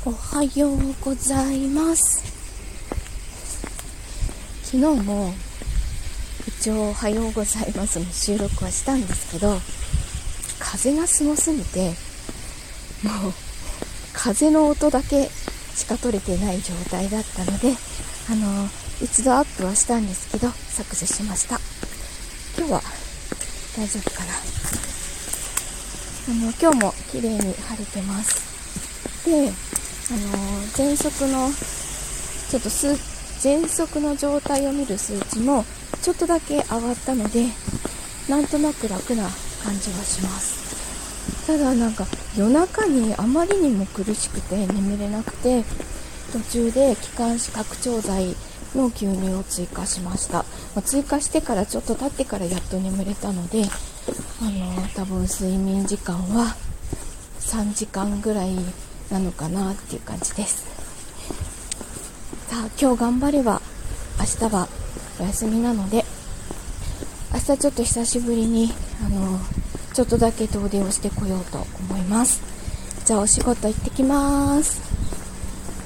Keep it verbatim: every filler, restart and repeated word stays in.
おはようございます。昨日も一応おはようございますの収録はしたんですけど、風がすごすぎてもう風の音だけしか取れてない状態だったので、あの一度アップはしたんですけど削除しました。今日は大丈夫かな。あの今日も綺麗に晴れてます。で、あの喘息のちょっと数喘息の状態を見る数値もちょっとだけ上がったので、なんとなく楽な感じはします。ただなんか夜中にあまりにも苦しくて眠れなくて、途中で気管支拡張剤の吸入を追加しました。まあ、追加してからちょっと経ってからやっと眠れたので、あの多分睡眠時間はさんじかんぐらいなのかなっていう感じです。さあ今日頑張れば明日はお休みなので、明日ちょっと久しぶりにあのちょっとだけ遠出をしてこようと思います。じゃあお仕事行ってきます。